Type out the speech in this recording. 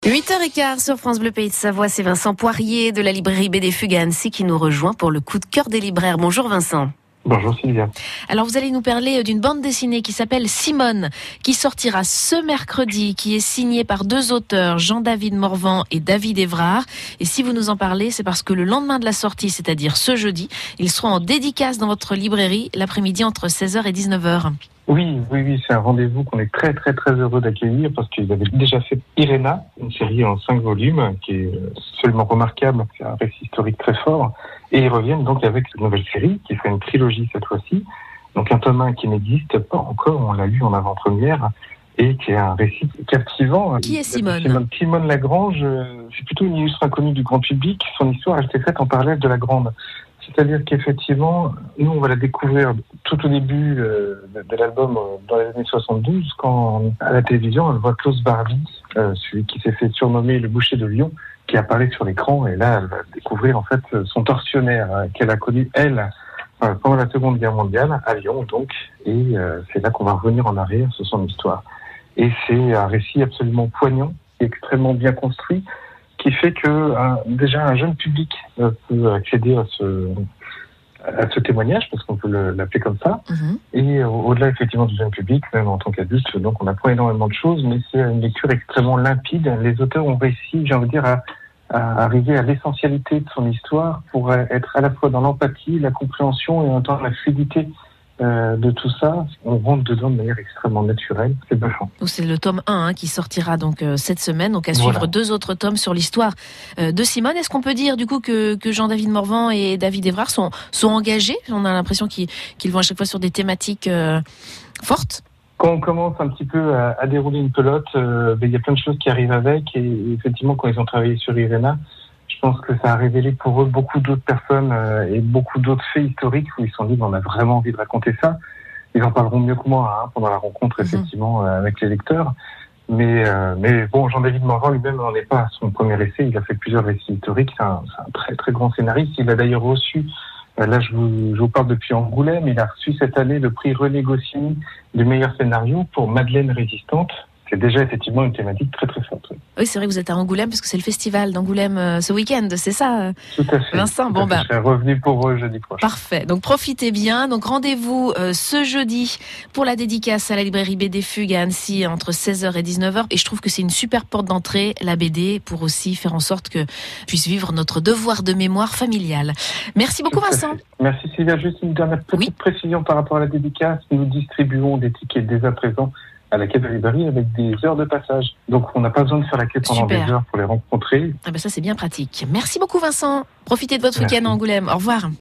8h15 sur France Bleu Pays de Savoie, c'est Vincent Poirier de la librairie BD Fugue à Annecy qui nous rejoint pour le coup de cœur des libraires. Bonjour Vincent. Bonjour Sylvia. Alors vous allez nous parler d'une bande dessinée qui s'appelle Simone, qui sortira ce mercredi, qui est signée par deux auteurs, Jean-David Morvan et David Évrard. Et si vous nous en parlez, c'est parce que le lendemain de la sortie, c'est-à-dire ce jeudi, ils seront en dédicace dans votre librairie l'après-midi entre 16h et 19h. Oui, c'est un rendez-vous qu'on est très heureux d'accueillir parce qu'ils avaient déjà fait Irena, une série en 5 volumes qui est absolument remarquable, c'est un récit historique très fort. Et ils reviennent donc avec cette nouvelle série qui serait une trilogie cette fois-ci. Donc un tome 1 qui n'existe pas encore, on l'a lu en avant-première et qui est un récit captivant. Qui est Simone ? Simone Lagrange, c'est plutôt une illustre inconnue du grand public. Son histoire, elle s'est faite en parallèle de la grande. C'est-à-dire qu'effectivement, nous, on va la découvrir tout au début de l'album dans les années 72, quand à la télévision, elle voit Klaus Barbie, celui qui s'est fait surnommer le boucher de Lyon, qui apparaît sur l'écran. Et là, elle va découvrir en fait son tortionnaire qu'elle a connu, elle, pendant la Seconde Guerre mondiale, à Lyon donc. Et c'est là qu'on va revenir en arrière sur son histoire. Et c'est un récit absolument poignant, extrêmement bien construit, qui fait que déjà un jeune public peut accéder à ce témoignage, parce qu'on peut l'appeler comme ça. Et au-delà effectivement du jeune public, même en tant qu'adulte, donc on apprend énormément de choses, mais c'est une lecture extrêmement limpide. Les auteurs ont réussi, j'ai envie de dire, à arriver à l'essentialité de son histoire pour être à la fois dans l'empathie, la compréhension et en même temps la fluidité de tout ça. On rentre dedans de manière extrêmement naturelle. C'est bluffant. C'est le tome 1 qui sortira donc cette semaine, donc à suivre voilà. 2 autres tomes sur l'histoire de Simone. Est-ce qu'on peut dire du coup que Jean-David Morvan et David Évrard sont engagés ? On a l'impression qu'ils vont à chaque fois sur des thématiques fortes. Quand on commence un petit peu à dérouler une pelote, il y a plein de choses qui arrivent avec. Et effectivement, quand ils ont travaillé sur Irena, je pense que ça a révélé pour eux beaucoup d'autres personnes et beaucoup d'autres faits historiques où ils se sont dit on a vraiment envie de raconter ça. Ils en parleront mieux que moi pendant la rencontre effectivement avec les lecteurs. Mais bon, Jean-David Morvan lui-même n'en est pas à son premier essai. Il a fait plusieurs récits historiques. C'est un très grand scénariste. Il a d'ailleurs reçu, là je vous parle depuis Angoulême, il a reçu cette année le prix René Goscinny du meilleur scénario pour Madeleine Résistante. C'est déjà effectivement une thématique très forte. Oui, c'est vrai que vous êtes à Angoulême parce que c'est le festival d'Angoulême ce week-end, c'est ça Tout à fait. Vincent, je serai revenu pour eux jeudi prochain. Parfait, donc profitez bien. Donc rendez-vous ce jeudi pour la dédicace à la librairie BD Fugue à Annecy entre 16h et 19h. Et je trouve que c'est une super porte d'entrée, la BD, pour aussi faire en sorte que puisse vivre notre devoir de mémoire familiale. Merci beaucoup Vincent. Merci Sylvia. Juste une dernière petite précision par rapport à la dédicace. Nous distribuons des tickets dès à présent à la quai de la librairie avec des heures de passage. Donc on n'a pas besoin de faire la queue pendant des heures pour les rencontrer. Ça c'est bien pratique. Merci beaucoup Vincent. Profitez de votre week-end à Angoulême. Au revoir.